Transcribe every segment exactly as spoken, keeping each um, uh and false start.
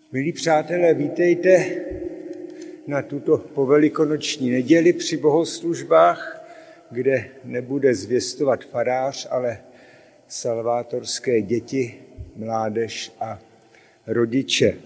Milí přátelé, vítejte na tuto povelikonoční neděli při bohoslužbách, kde nebude zvěstovat farář, ale salvátorské děti, mládež a rodiče.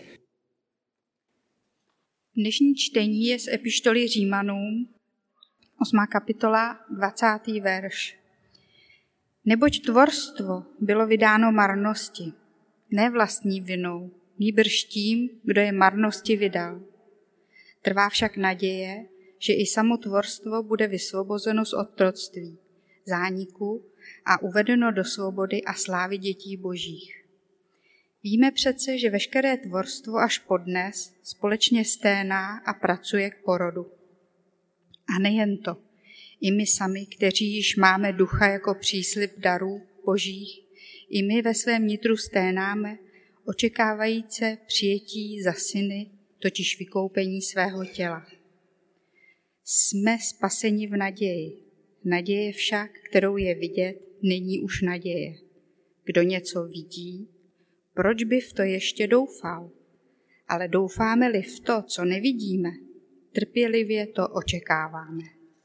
Dnešní čtení je z epištoly Římanům, osmá kapitola, dvacátý verš. Neboť tvorstvo bylo vydáno marnosti, ne vlastní vinou, nýbrž tím, kdo je marnosti vydal. Trvá však naděje, že i samo tvorstvo bude vysvobozeno z otroctví, zániku a uvedeno do svobody a slávy dětí božích. Víme přece, že veškeré tvorstvo až podnes společně sténá a pracuje k porodu. A nejen to, i my sami, kteří již máme ducha jako příslib darů božích, i my ve svém nitru sténáme, očekávajíce přijetí za syny, totiž vykoupení svého těla. Jsme spaseni v naději. Naděje však, kterou je vidět, není už naděje. Kdo něco vidí, proč by v to ještě doufal? Ale doufáme-li v to, co nevidíme, trpělivě to očekáváme.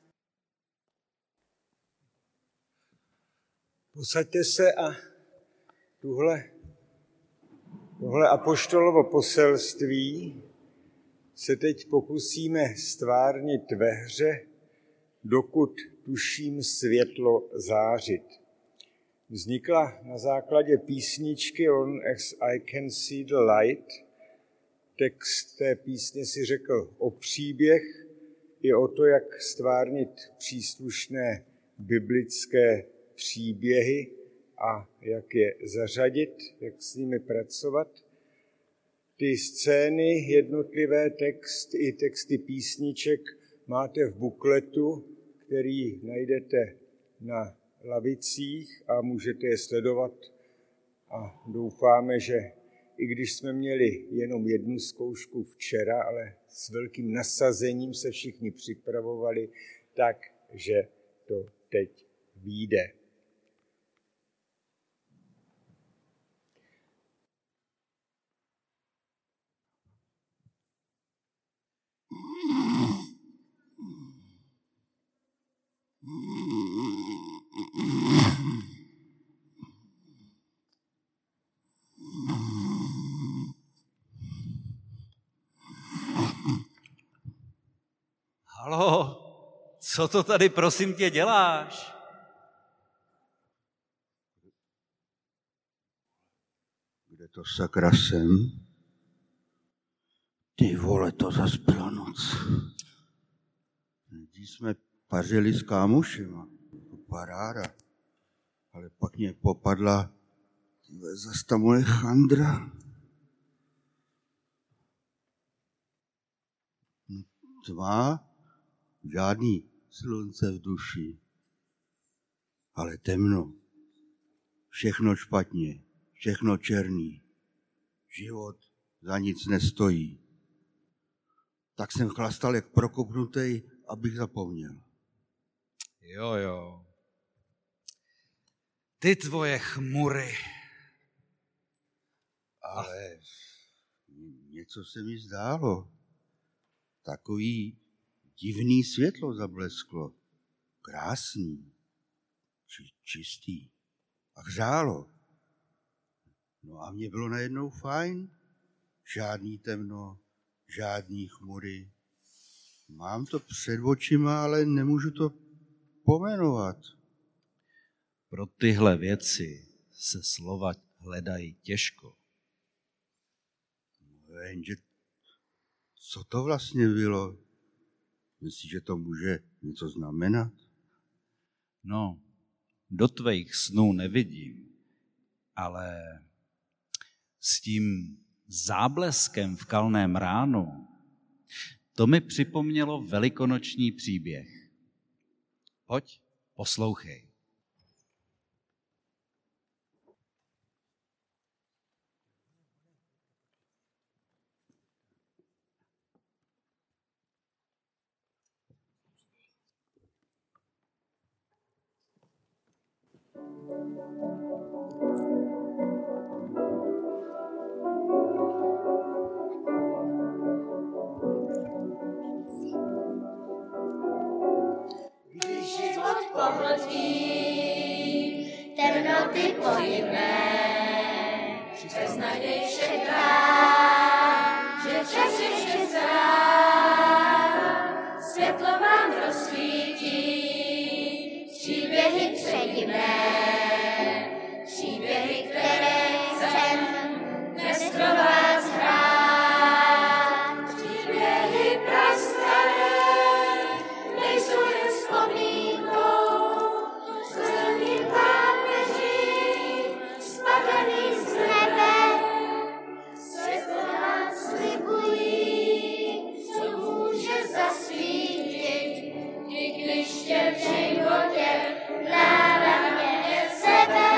Posaďte se a tuhle, tohle apoštolovo poselství se teď pokusíme stvárnit ve hře, dokud tuším světlo zářit. Vznikla na základě písničky On as I Can See the Light. Text té písně si řekl o příběh i o to, jak stvárnit příslušné biblické příběhy a jak je zařadit, jak s nimi pracovat. Ty scény, jednotlivé text i texty písniček máte v bukletu, který najdete na lavicích a můžete je sledovat. A doufáme, že i když jsme měli jenom jednu zkoušku včera, ale s velkým nasazením se všichni připravovali, tak, že to teď vyjde. Haló, co to tady prosím tě děláš? Kde to sakra jsem? Ty vole, to zas byla noc. Když jsme pařili s kámošema, to paráda, ale pak mě popadla tyhle, zas ta moje chandra. Tma, žádný slunce v duši, ale temno, všechno špatně, všechno černý, život za nic nestojí. Tak jsem chlastal jak prokopnutej, abych zapomněl. Jo, jo. Ty tvoje chmury. Ale něco se mi zdálo. Takový divný světlo zablesklo. Krásný, či, čistý. A hřálo. No a mně bylo najednou fajn. Žádný temno, žádný chmury. Mám to před očima, ale nemůžu to pomenovat. Pro tyhle věci se slova hledají těžko. No, jenže co to vlastně bylo? Myslíš, že to může něco znamenat? No, do tvých snů nevidím, ale s tím zábleskem v kalném ránu, to mi připomnělo velikonoční příběh. Pojď, poslouchej. předivné, přes naděj čeká, že čas ještě zrá, světlo vám rozsvítí, příběhy předivné, příběhy, které chcem dnes pro vás hrát. Příběhy prastaré nejsou jen vzpomínkou, zlý pápeří spadaný z nebe. Světlo nám slibují, co může zasvítit, i když tě v životě náramně sebe.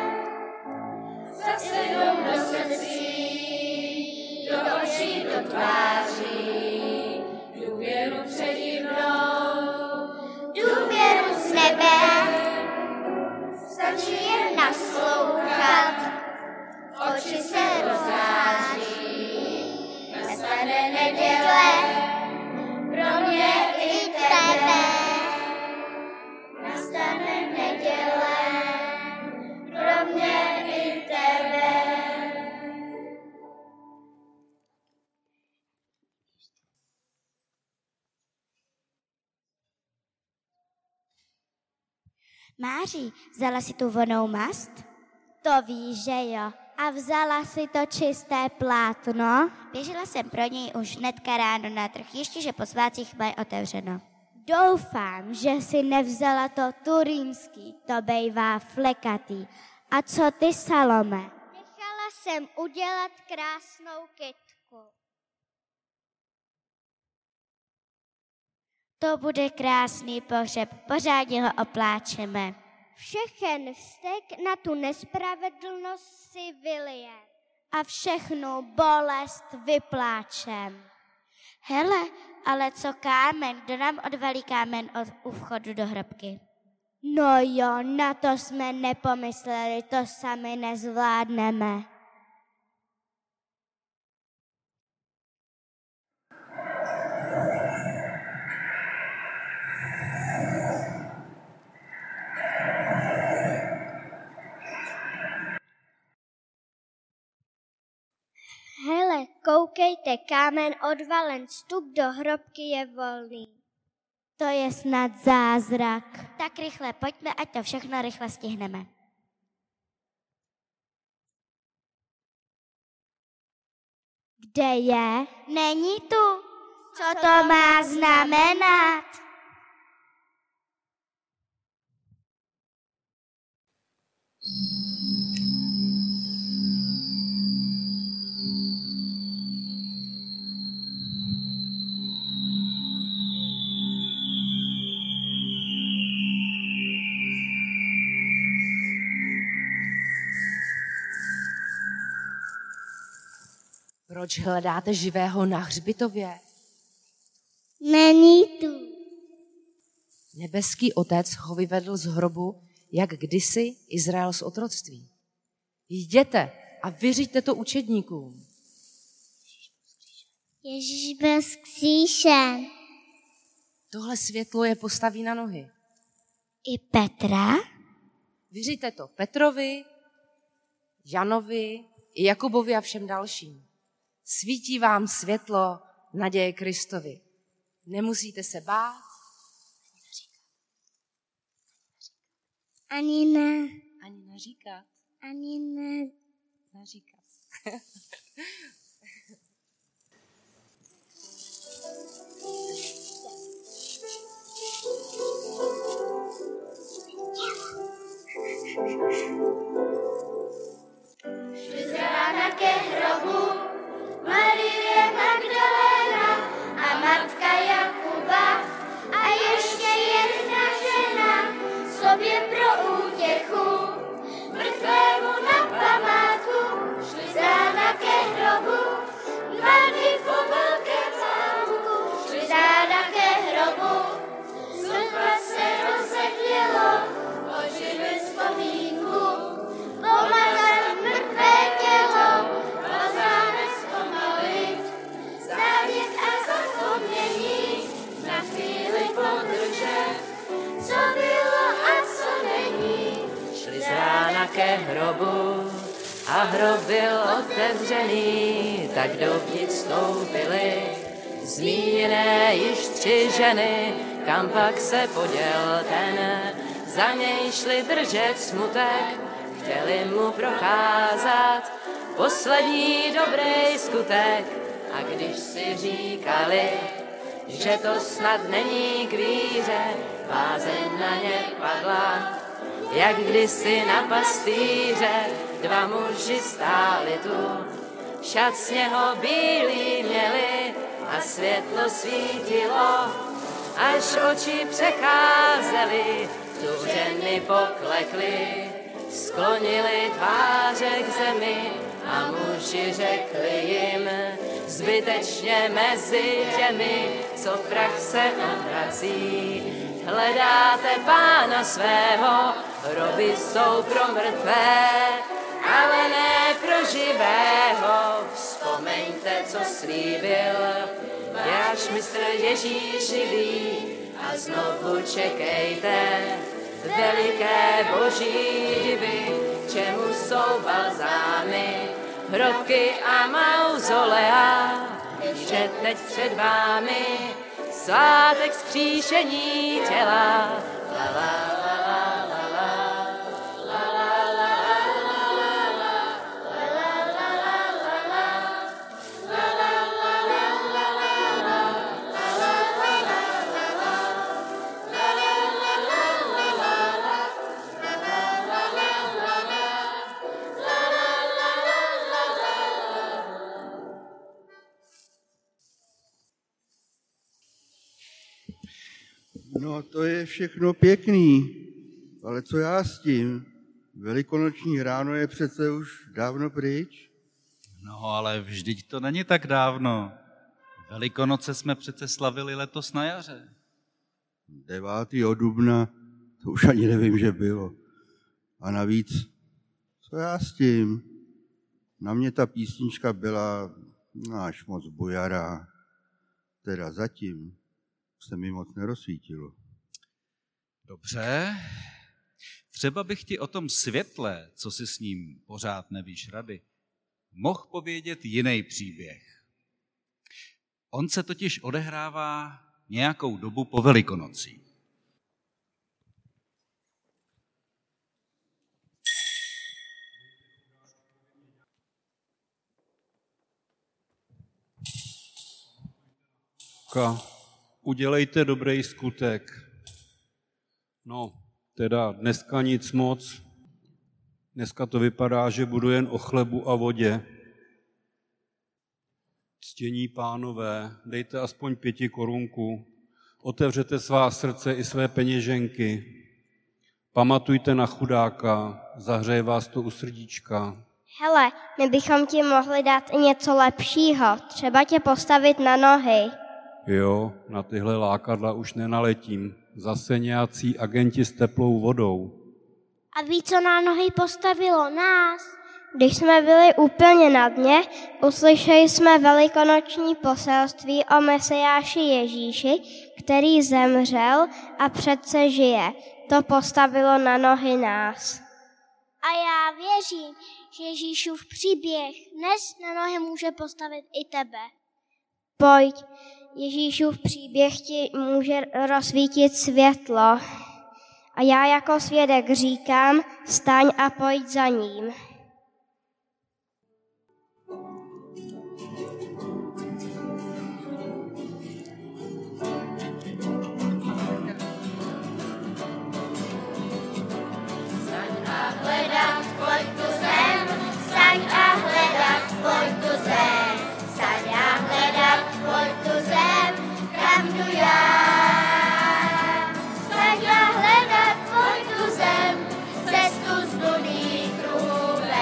Zase jdou do srdcí, do očí, do tváří, důvěru předivnou, důvěru z nebe. Stačí jen naslouchat, oči se rozzáří, nastane neděle, pro mě i tebe. Nastane neděle, pro mě i tebe. Máří, vzala si tu vonou mast? To víš, že jo. A vzala si to čisté plátno? Běžela jsem pro něj už hnedka ráno na trh, ještě že po svácích mají otevřeno. Doufám, že si nevzala to turínský, to bejvá flekatý. A co ty, Salome? Nechala jsem udělat krásnou kytku. To bude krásný pohřeb, pořádně ho opláčeme. Všechen vztek na tu nespravedlnost si vylije. A všechnu bolest vypláčem. Hele, ale co kámen? Kdo nám odvalí kámen od u vchodu do hrobky? No jo, na to jsme nepomysleli, to sami nezvládneme. Hele, koukejte, kámen odvalen, vstup do hrobky je volný. To je snad zázrak. Tak rychle, pojďme, ať to všechno rychle stihneme. Kde je? Není tu. Co to má znamenat? Proč hledáte živého na hřbitově? Není tu. Nebeský otec ho vyvedl z hrobu, jak kdysi Izrael z otroctví. Jděte a vyřiďte to učedníkům. Ježíš byl vzkříšen. Tohle světlo je postaví na nohy. I Petra? Vyřiďte to Petrovi, Janovi, i Jakubovi a všem dalším. Svítí vám světlo naděje Kristovi. Nemusíte se bát. Ani ne. Ani naříkat. Ani ne. Naříkat. Šli z rána ke hrobu Marie Magdalena a matka Jakuba a ještě jedna žena sobě pro útěchu mrtvému na památku. Šli z rána ke hrobu dva dny po velkém zámku. Šli z rána ke hrobu, světla se rozedvělo, oživili vzpomínku, pomazat mrtvé tělo, pozáme zpomalit. a hrob byl otevřený, tak dovnitř vstoupili zmíněné již tři ženy, kam pak se poděl ten, za něj šli držet smutek, chtěli mu prokázat poslední dobrý skutek. A když si říkali, že to snad není k víře, bázeň na ně padla, jak kdysi na pastýře. Dva muži stáli tu, šat z něho bílý měli a světlo svítilo, až oči přecházely, tu ženy poklekly, sklonili tváře k zemi a muži řekli jim, zbytečně mezi těmi, co prach se obrací, hledáte Pána svého, hroby jsou pro mrtvé, ale ne pro živého. Vzpomeňte, co slíbil váš mistr Ježíš živý, a znovu čekejte veliké boží divy, čemu jsou balzámy, hrobky a mauzolea, že teď před vámi svátek vzkříšení těla. La, la, la, la, la, la. No, to je všechno pěkný, ale co já s tím? Velikonoční ráno je přece už dávno pryč. No, ale vždyť to není tak dávno. Velikonoce jsme přece slavili letos na jaře. devátého dubna, to už ani nevím, že bylo. A navíc, co já s tím? Na mě ta písnička byla no, až moc bujará. Teda zatím se mi moc nerozsvítilo. Dobře. Třeba bych ti o tom světle, co si s ním pořád nevíš rady, mohl povědět jiný příběh. On se totiž odehrává nějakou dobu po Velikonocích. Udělejte dobrý skutek. No, teda dneska nic moc. Dneska to vypadá, že budu jen o chlebu a vodě. Ctění pánové, dejte aspoň pěti korunku. Otevřete svá srdce i své peněženky. Pamatujte na chudáka, zahřeje vás to u srdíčka. Hele, my bychom ti mohli dát i něco lepšího, třeba tě postavit na nohy. Jo, na tyhle lákadla už nenaletím. Zase nějací agenti s teplou vodou. A ví, co na nohy postavilo? Nás. Když jsme byli úplně na dně, uslyšeli jsme velikonoční poselství o Mesiáši Ježíši, který zemřel a přece žije. To postavilo na nohy nás. A já věřím, že Ježíšův příběh dnes na nohy může postavit i tebe. Pojď, Ježíšův příběh ti může rozsvítit světlo. A já jako svědek říkám, staň a pojď za ním. Staň a hledat, pojď tu zem, staň a hledat, pojď tu zem, staň a hledat, pojď tu zem, kam jdu já. Staň a hledat, pojď tu zem, cestu z duný kruhů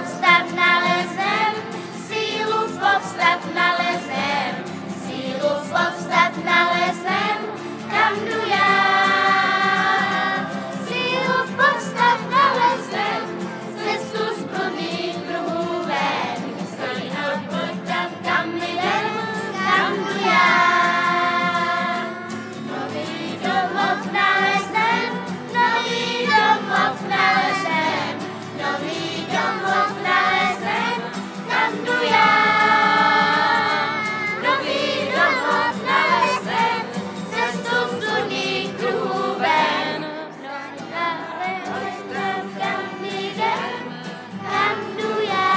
povstat nalezem, sílu povstat nalezem, sílu povstat nalezem, kam jdu já. Sílu povstat nalezem, cestu z bludných kruhů ven, stoj a pojď tam, kam jdem, kam jdu já. Nový domov nalezem, nový domov nalezem, nový domov nalezem, kam jdu já. Nový domov nalezem, cestu z bludných kruhů ven, nalezem, kam jdem, kam jdu já.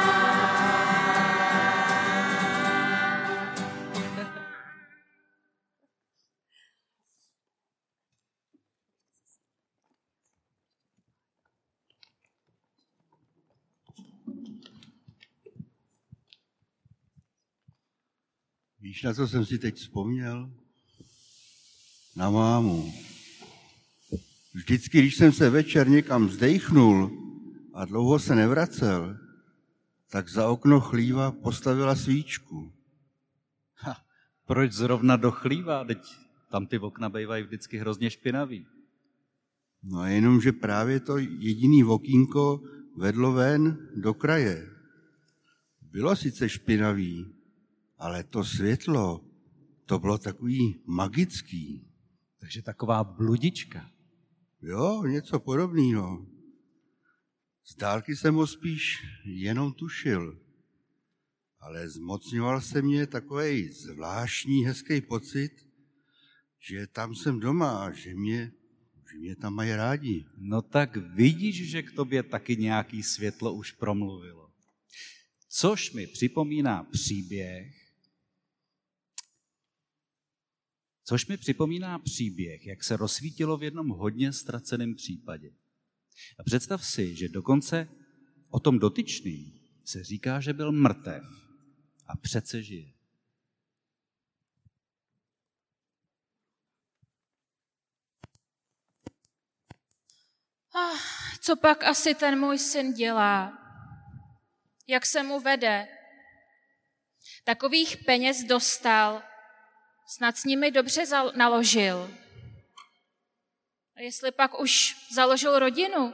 Víš, na co jsem si teď vzpomněl? Na mámu. Vždycky, když jsem se večer někam zdejchnul a dlouho se nevracel, tak za okno chlíva postavila svíčku. Ha, proč zrovna do chlíva? Teď tam ty okna bývají vždycky hrozně špinavý. No a jenom, že právě to jediný okýnko vedlo ven do kraje. Bylo sice špinavý, ale to světlo, to bylo takový magický. Takže taková bludička. Jo, něco podobného. Z dálky jsem ho spíš jenom tušil, ale zmocňoval se mě takovej zvláštní hezký pocit, že tam jsem doma, že mě, že mě tam mají rádi. No tak vidíš, že k tobě taky nějaký světlo už promluvilo. Což mi připomíná příběh, Což mi připomíná příběh, jak se rozsvítilo v jednom hodně ztraceném případě. A představ si, že dokonce o tom dotyčným se říká, že byl mrtev a přece žije. Ah, co pak asi ten můj syn dělá? Jak se mu vede? Takových peněz dostal, snad s nimi dobře naložil. A jestli pak už založil rodinu?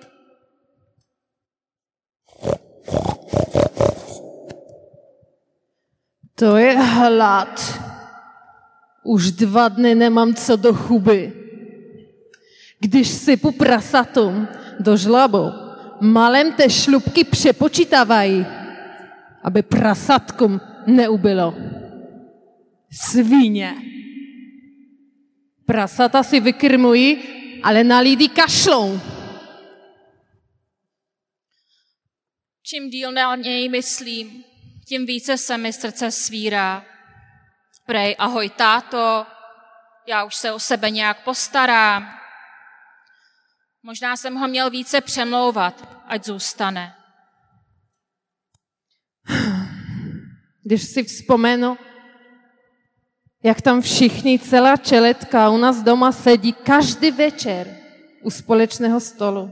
To je hlad. Už dva dny nemám co do chuby. Když sypu prasatům do žlabu, malem té šlubky přepočítávají, aby prasatkům neubylo. Svíně. Prasata si vykrmují, ale na lidi kašlou. Čím díl na něj myslím, tím více se mi srdce svírá. Prej, ahoj táto, já už se o sebe nějak postarám. Možná jsem ho měl více přemlouvat, ať zůstane. Když si vzpomenu, jak tam všichni, celá čeletka u nás doma sedí každý večer u společného stolu.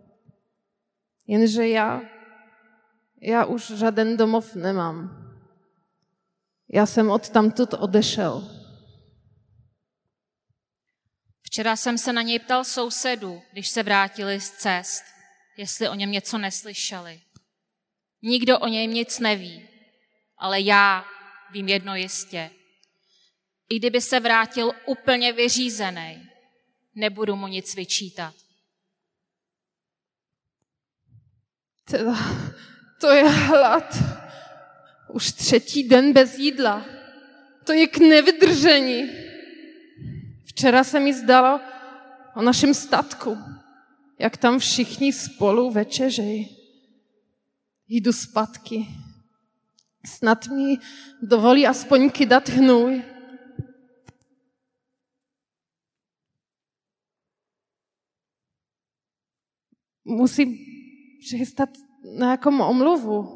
Jenže já, já už žádný domov nemám. Já jsem odtamtud odešel. Včera jsem se na něj ptal sousedů, když se vrátili z cest, jestli o něm něco neslyšeli. Nikdo o něm nic neví, ale já vím jedno jistě. I kdyby se vrátil úplně vyřízený, nebudu mu nic vyčítat. Teda, to je hlad. Už třetí den bez jídla. To je k nevydržení. Včera se mi zdalo o našem statku, jak tam všichni spolu večeřejí. Jdu zpátky. Snad mi dovolí aspoň kydat hnůj. Musím přistat na jakom omluvu.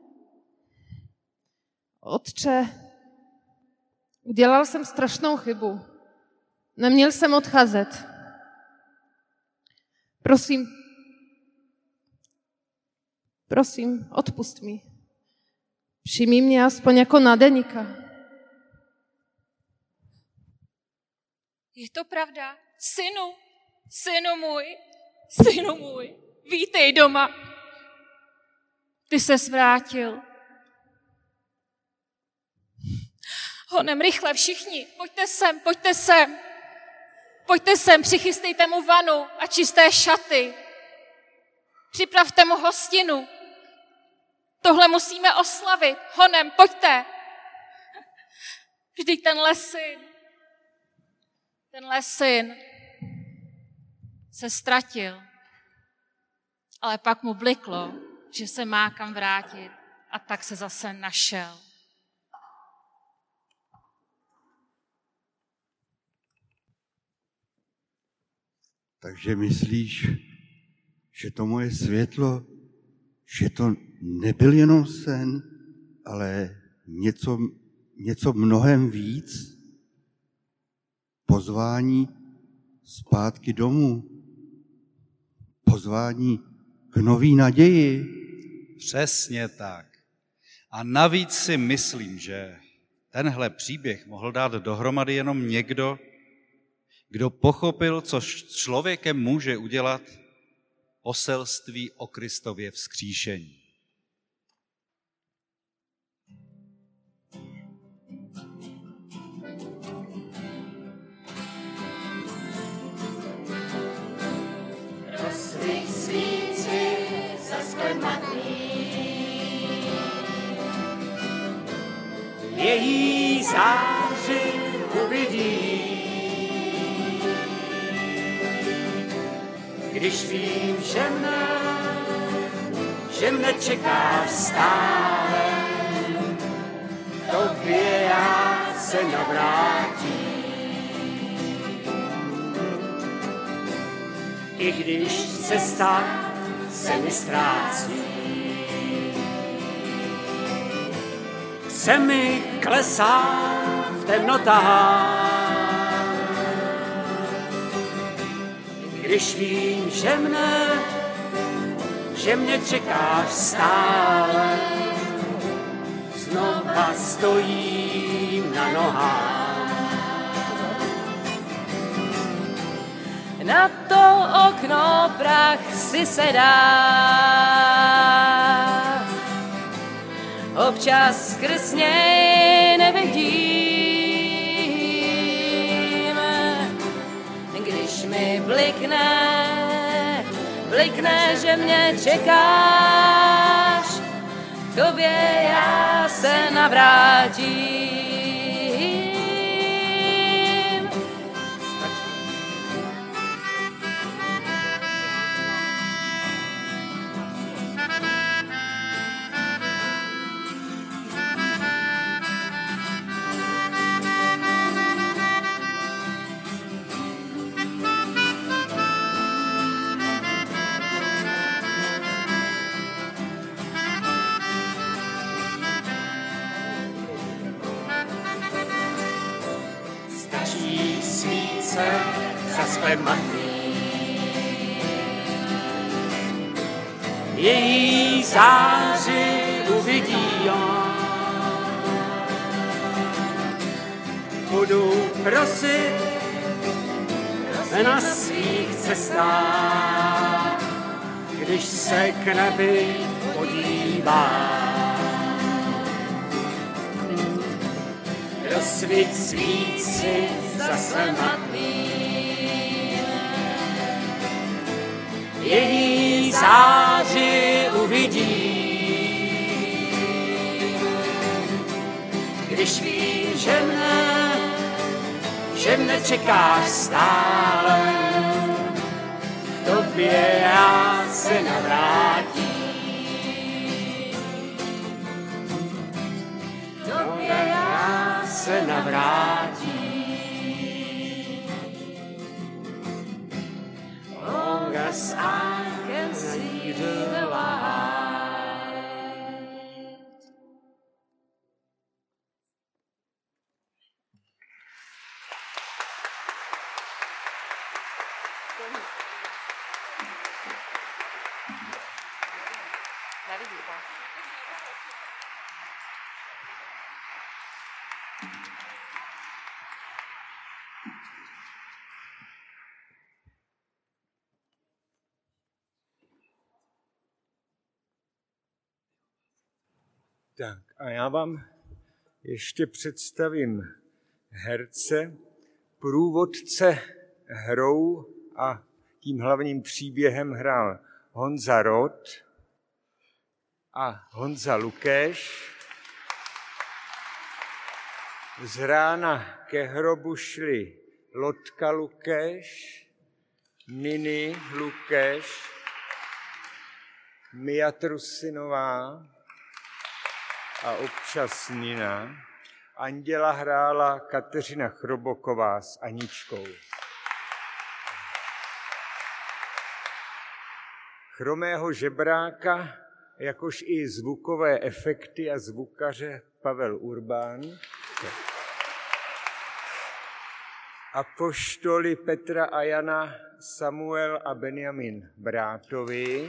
Otče, udělal jsem strašnou chybu. Neměl jsem odcházet. Prosím, Prosím, odpust mi. Přijmi mě aspoň jako nádeníka. Je to pravda? Synu, synu můj, synu můj, vítej doma. Ty ses vrátil. Honem, rychle všichni, pojďte sem, pojďte sem. Pojďte sem, přichystejte mu vanu a čisté šaty. Připravte mu hostinu. Tohle musíme oslavit. Honem, pojďte. Vždyť tenhle syn, tenhle syn se ztratil, ale pak mu bliklo, že se má kam vrátit a tak se zase našel. Takže myslíš, že to moje světlo, že to nebyl jenom sen, ale něco, něco mnohem víc? Pozvání zpátky domů. Pozvání k nový naději. Přesně tak. A navíc si myslím, že tenhle příběh mohl dát dohromady jenom někdo, kdo pochopil, co s člověkem může udělat poselství o Kristově vzkříšení. Rozsvít svíci za sklen matný, její záři uvidí. Když vím, že mne, že mne čekáš stále, tobě já se navrátím. I když cesta se mi ztrácí, se mi klesá v temnotách. Když vím, že mne, že mě čekáš stále, znova stojím na nohách. Na to okno prach si sedá, občas skrz něj nevidím. Když mi blikne, blikne, že mě čekáš, k tobě já se navrátím. Za sklen matný, její záři uvidí on. Budu prosit na svých cestách, když se k nebi podívám. Rozsvít svíci za sklen matný, její záři uvidí. Když vím, že mne, že mne čekáš stále, k tobě já se navrátím. K tobě já se navrátím. Long as I can see the light. Navíc Tak a já vám ještě představím herce, průvodce hrou a tím hlavním příběhem hrál Honza Rod a Honza Lukeš. Z rána ke hrobu šli Lotka Lukeš, Niny Lukeš, Mia Trusinová a občas Nina. Anděla hrála Kateřina Chroboková s Aničkou. Chromého žebráka, jakož i zvukové efekty a zvukaře Pavel Urbán. Apoštoli Petra a Jana, Samuel a Benjamin Brátovi.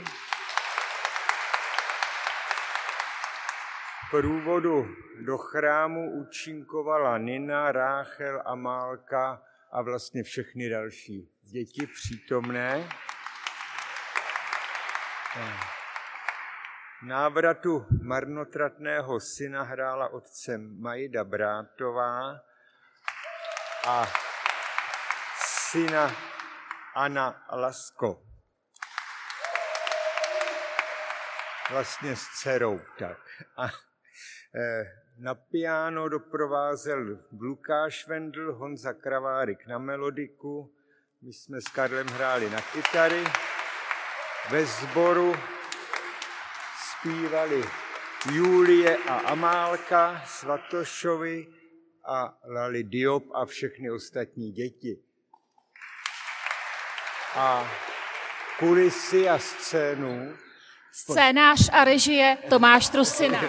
V průvodu do chrámu účinkovala Nina, Ráchel, Amálka a vlastně všechny další děti přítomné. Návratu marnotratného syna hrála otcem Majda Brátová a syna Anna Lasko. Vlastně s dcerou, tak. A na piano doprovázel Lukáš Vendl, Honza Kravárik na melodiku, my jsme s Karlem hráli na kytary, ve sboru zpívali Julie a Amálka, Svatošovi a Lali Diop a všechny ostatní děti. A kulisy a scénu. Scénář a režie Tomáš Trusina.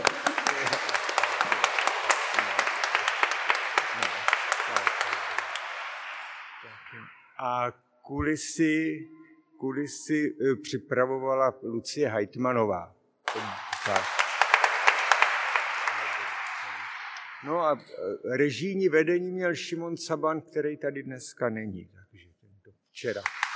A kulisy, kulisy připravovala Lucie Heitmanová. Tak. No a režijní vedení měl Šimon Saban, který tady dneska není, takže tento včera.